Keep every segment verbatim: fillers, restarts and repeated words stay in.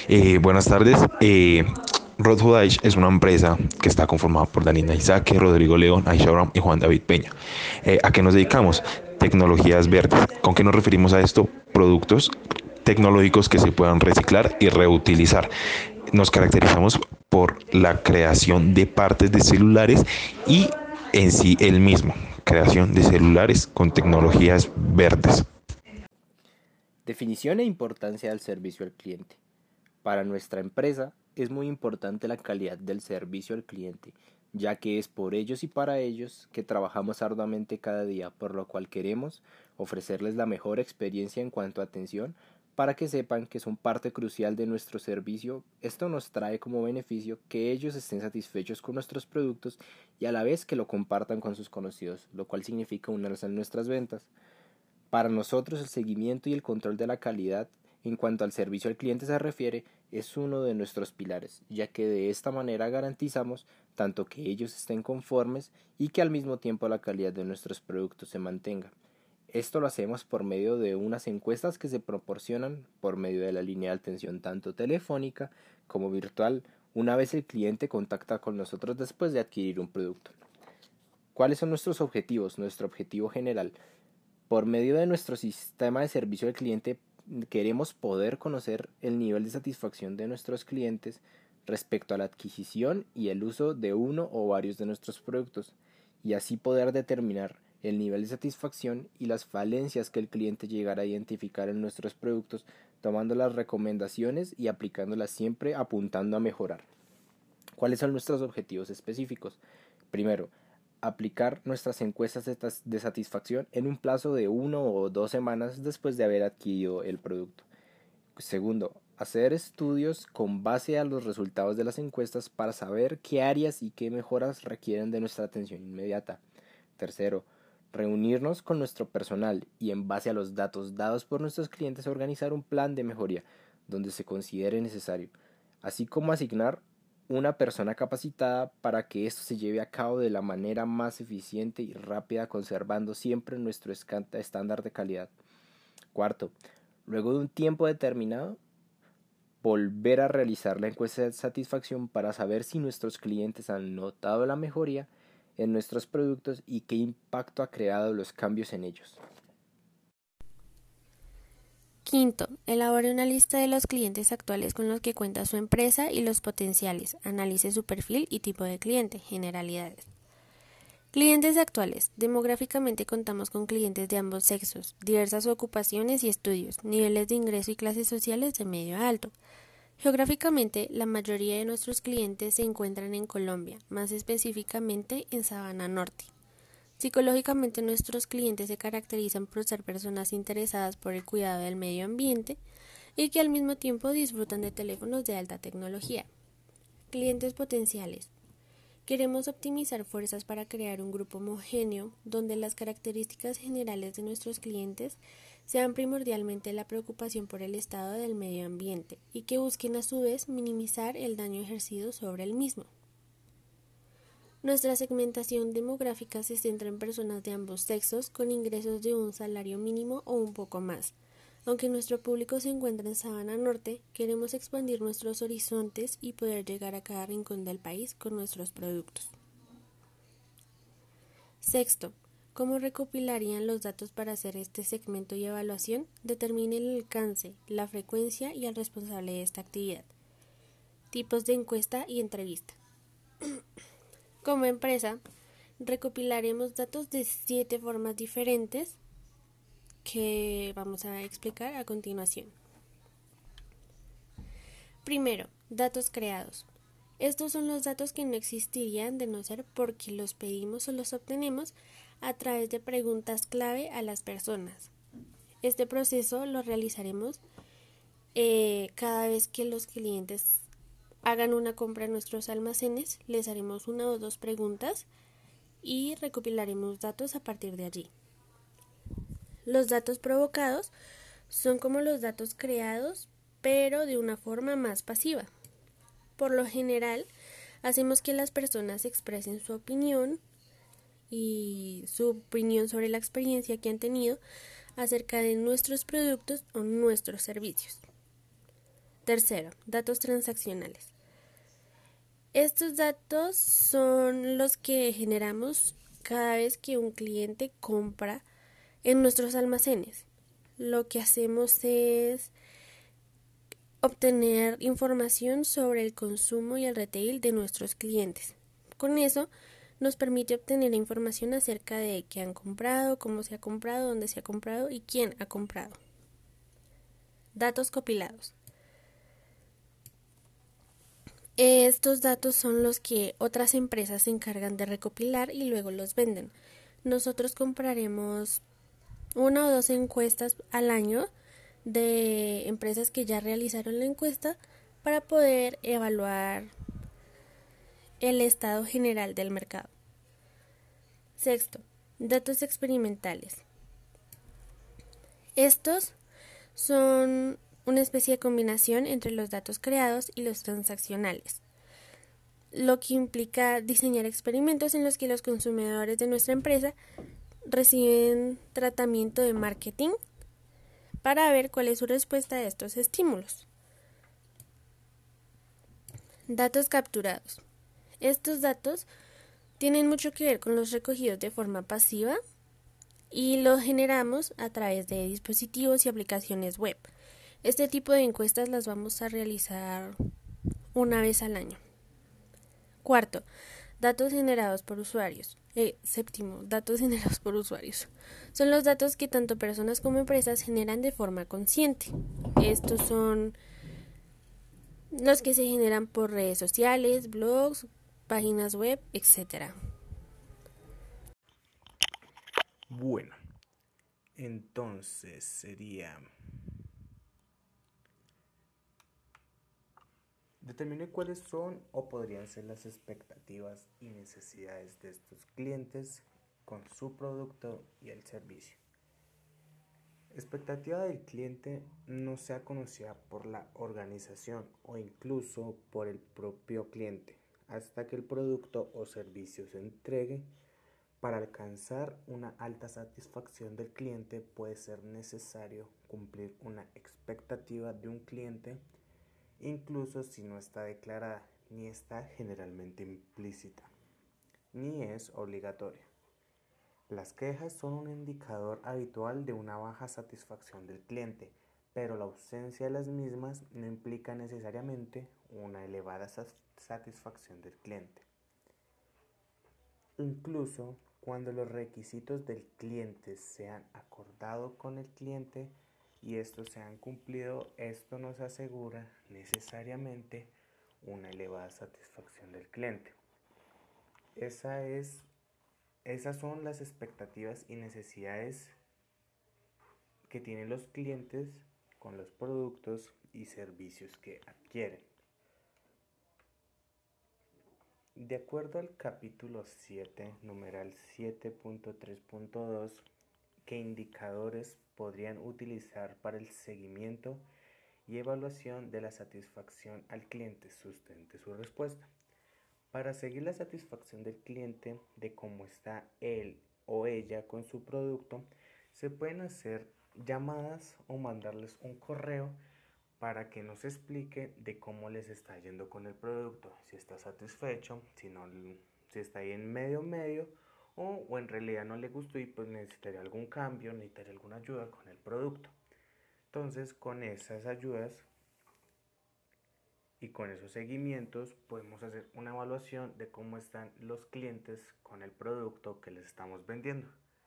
Eh, buenas tardes. Eh, Rod Hodage es una empresa que está conformada por Danina Isaac, Rodrigo León, Aisha Abraham y Juan David Peña. Eh, ¿A qué nos dedicamos? Tecnologías verdes. ¿Con qué nos referimos a esto? Productos tecnológicos que se puedan reciclar y reutilizar. Nos caracterizamos por la creación de partes de celulares y en sí el mismo, creación de celulares con tecnologías verdes. Definición e importancia del servicio al cliente. Para nuestra empresa es muy importante la calidad del servicio al cliente, ya que es por ellos y para ellos que trabajamos arduamente cada día, por lo cual queremos ofrecerles la mejor experiencia en cuanto a atención para que sepan que son parte crucial de nuestro servicio. Esto nos trae como beneficio que ellos estén satisfechos con nuestros productos y a la vez que lo compartan con sus conocidos, lo cual significa un alza en nuestras ventas. Para nosotros el seguimiento y el control de la calidad en cuanto al servicio al cliente se refiere es uno de nuestros pilares, ya que de esta manera garantizamos tanto que ellos estén conformes y que al mismo tiempo la calidad de nuestros productos se mantenga. Esto lo hacemos por medio de unas encuestas que se proporcionan por medio de la línea de atención tanto telefónica como virtual una vez el cliente contacta con nosotros después de adquirir un producto. ¿Cuáles son nuestros objetivos? Nuestro objetivo general. Por medio de nuestro sistema de servicio al cliente queremos poder conocer el nivel de satisfacción de nuestros clientes respecto a la adquisición y el uso de uno o varios de nuestros productos y así poder determinar el nivel de satisfacción y las falencias que el cliente llegará a identificar en nuestros productos, tomando las recomendaciones y aplicándolas siempre apuntando a mejorar. ¿Cuáles son nuestros objetivos específicos? Primero, aplicar nuestras encuestas de satisfacción en un plazo de uno o dos semanas después de haber adquirido el producto. Segundo, hacer estudios con base a los resultados de las encuestas para saber qué áreas y qué mejoras requieren de nuestra atención inmediata. Tercero, reunirnos con nuestro personal y en base a los datos dados por nuestros clientes organizar un plan de mejoría donde se considere necesario, así como asignar una persona capacitada para que esto se lleve a cabo de la manera más eficiente y rápida, conservando siempre nuestro estándar de calidad. Cuarto, luego de un tiempo determinado, volver a realizar la encuesta de satisfacción para saber si nuestros clientes han notado la mejoría en nuestros productos y qué impacto ha creado los cambios en ellos. Quinto, elabore una lista de los clientes actuales con los que cuenta su empresa y los potenciales. Analice su perfil y tipo de cliente. Generalidades. Clientes actuales. Demográficamente contamos con clientes de ambos sexos, diversas ocupaciones y estudios, niveles de ingreso y clases sociales de medio a alto. Geográficamente, la mayoría de nuestros clientes se encuentran en Colombia, más específicamente en Sabana Norte. Psicológicamente, nuestros clientes se caracterizan por ser personas interesadas por el cuidado del medio ambiente y que al mismo tiempo disfrutan de teléfonos de alta tecnología. Clientes potenciales. Queremos optimizar fuerzas para crear un grupo homogéneo donde las características generales de nuestros clientes sean primordialmente la preocupación por el estado del medio ambiente y que busquen a su vez minimizar el daño ejercido sobre el mismo. Nuestra segmentación demográfica se centra en personas de ambos sexos con ingresos de un salario mínimo o un poco más. Aunque nuestro público se encuentra en Sabana Norte, queremos expandir nuestros horizontes y poder llegar a cada rincón del país con nuestros productos. Sexto, ¿cómo recopilarían los datos para hacer este segmento y evaluación? Determine el alcance, la frecuencia y el responsable de esta actividad. Tipos de encuesta y entrevista. Como empresa, recopilaremos datos de siete formas diferentes que vamos a explicar a continuación. Primero, datos creados. Estos son los datos que no existirían de no ser porque los pedimos o los obtenemos a través de preguntas clave a las personas. Este proceso lo realizaremos eh, cada vez que los clientes hagan una compra en nuestros almacenes, les haremos una o dos preguntas y recopilaremos datos a partir de allí. Los datos provocados son como los datos creados, pero de una forma más pasiva. Por lo general, hacemos que las personas expresen su opinión y su opinión sobre la experiencia que han tenido acerca de nuestros productos o nuestros servicios. Tercero, datos transaccionales. Estos datos son los que generamos cada vez que un cliente compra en nuestros almacenes. Lo que hacemos es obtener información sobre el consumo y el retail de nuestros clientes. Con eso nos permite obtener información acerca de qué han comprado, cómo se ha comprado, dónde se ha comprado y quién ha comprado. Datos compilados. Estos datos son los que otras empresas se encargan de recopilar y luego los venden. Nosotros compraremos una o dos encuestas al año de empresas que ya realizaron la encuesta para poder evaluar el estado general del mercado. Sexto, datos experimentales. Estos son una especie de combinación entre los datos creados y los transaccionales, lo que implica diseñar experimentos en los que los consumidores de nuestra empresa reciben tratamiento de marketing para ver cuál es su respuesta a estos estímulos. Datos capturados. Estos datos tienen mucho que ver con los recogidos de forma pasiva y los generamos a través de dispositivos y aplicaciones web. Este tipo de encuestas las vamos a realizar una vez al año. Cuarto, datos generados por usuarios. Eh, séptimo, datos generados por usuarios. Son los datos que tanto personas como empresas generan de forma consciente. Estos son los que se generan por redes sociales, blogs, páginas web, etcétera. Bueno, entonces sería... Determine cuáles son o podrían ser las expectativas y necesidades de estos clientes con su producto y el servicio. Expectativa del cliente no sea conocida por la organización o incluso por el propio cliente hasta que el producto o servicio se entregue. Para alcanzar una alta satisfacción del cliente puede ser necesario cumplir una expectativa de un cliente, incluso si no está declarada, ni está generalmente implícita, ni es obligatoria. Las quejas son un indicador habitual de una baja satisfacción del cliente, pero la ausencia de las mismas no implica necesariamente una elevada satisfacción del cliente. Incluso cuando los requisitos del cliente se han acordado con el cliente y estos se han cumplido, esto nos asegura necesariamente una elevada satisfacción del cliente. Esa es, esas son las expectativas y necesidades que tienen los clientes con los productos y servicios que adquieren. De acuerdo al capítulo siete, numeral siete punto tres punto dos, ¿qué indicadores podrían utilizar para el seguimiento y evaluación de la satisfacción al cliente? Sustente su respuesta. Para seguir la satisfacción del cliente de cómo está él o ella con su producto, se pueden hacer llamadas o mandarles un correo para que nos explique de cómo les está yendo con el producto, si está satisfecho, si no, si está ahí en medio medio o, o en realidad no le gustó y pues necesitaría algún cambio, necesitaría alguna ayuda con el producto. Entonces, con esas ayudas y con esos seguimientos podemos hacer una evaluación de cómo están los clientes con el producto que les estamos vendiendo.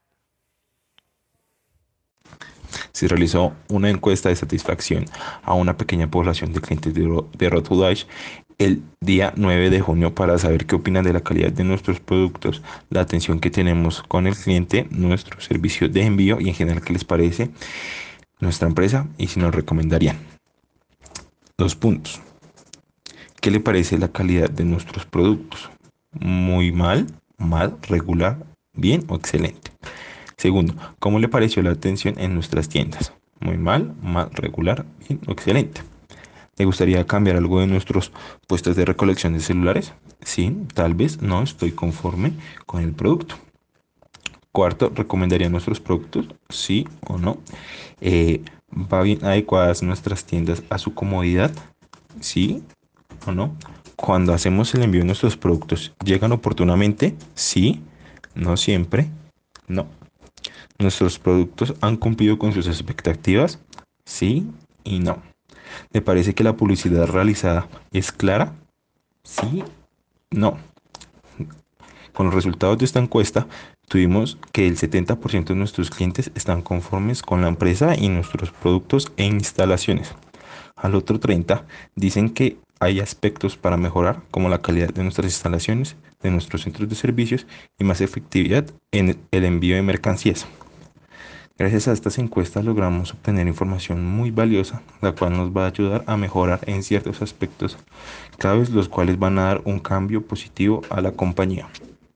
Se realizó una encuesta de satisfacción a una pequeña población de clientes de Rothudage el día nueve de junio para saber qué opinan de la calidad de nuestros productos, la atención que tenemos con el cliente, nuestro servicio de envío y en general qué les parece nuestra empresa y si nos recomendarían. Dos puntos. ¿Qué le parece la calidad de nuestros productos? Muy mal, mal, regular, bien o excelente. Segundo, ¿cómo le pareció la atención en nuestras tiendas? Muy mal, mal, regular, bien o excelente. ¿Le gustaría cambiar algo de nuestros puestos de recolección de celulares? Sí, tal vez no estoy conforme con el producto. Cuarto, ¿recomendaría nuestros productos? Sí o no. Eh, ¿Va bien adecuadas nuestras tiendas a su comodidad? ¿Sí o no? Cuando hacemos el envío de nuestros productos, ¿llegan oportunamente? Sí, no siempre, no. ¿Nuestros productos han cumplido con sus expectativas? Sí y no. ¿Le parece que la publicidad realizada es clara? Sí, no. Con los resultados de esta encuesta, tuvimos que el setenta por ciento de nuestros clientes están conformes con la empresa y nuestros productos e instalaciones. Al otro treinta dicen que hay aspectos para mejorar, como la calidad de nuestras instalaciones, de nuestros centros de servicios y más efectividad en el envío de mercancías. Gracias a estas encuestas logramos obtener información muy valiosa, la cual nos va a ayudar a mejorar en ciertos aspectos claves, los cuales van a dar un cambio positivo a la compañía.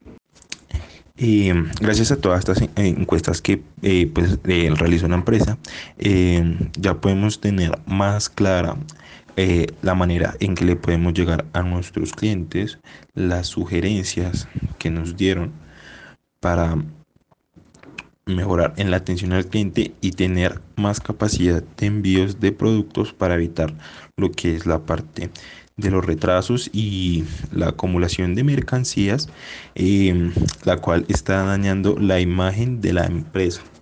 Y gracias a todas estas eh, encuestas que eh, pues, eh, realizó una empresa, eh, ya podemos tener más clara eh, la manera en que le podemos llegar a nuestros clientes, las sugerencias que nos dieron para mejorar en la atención al cliente y tener más capacidad de envíos de productos para evitar lo que es la parte de los retrasos y la acumulación de mercancías, eh, la cual está dañando la imagen de la empresa.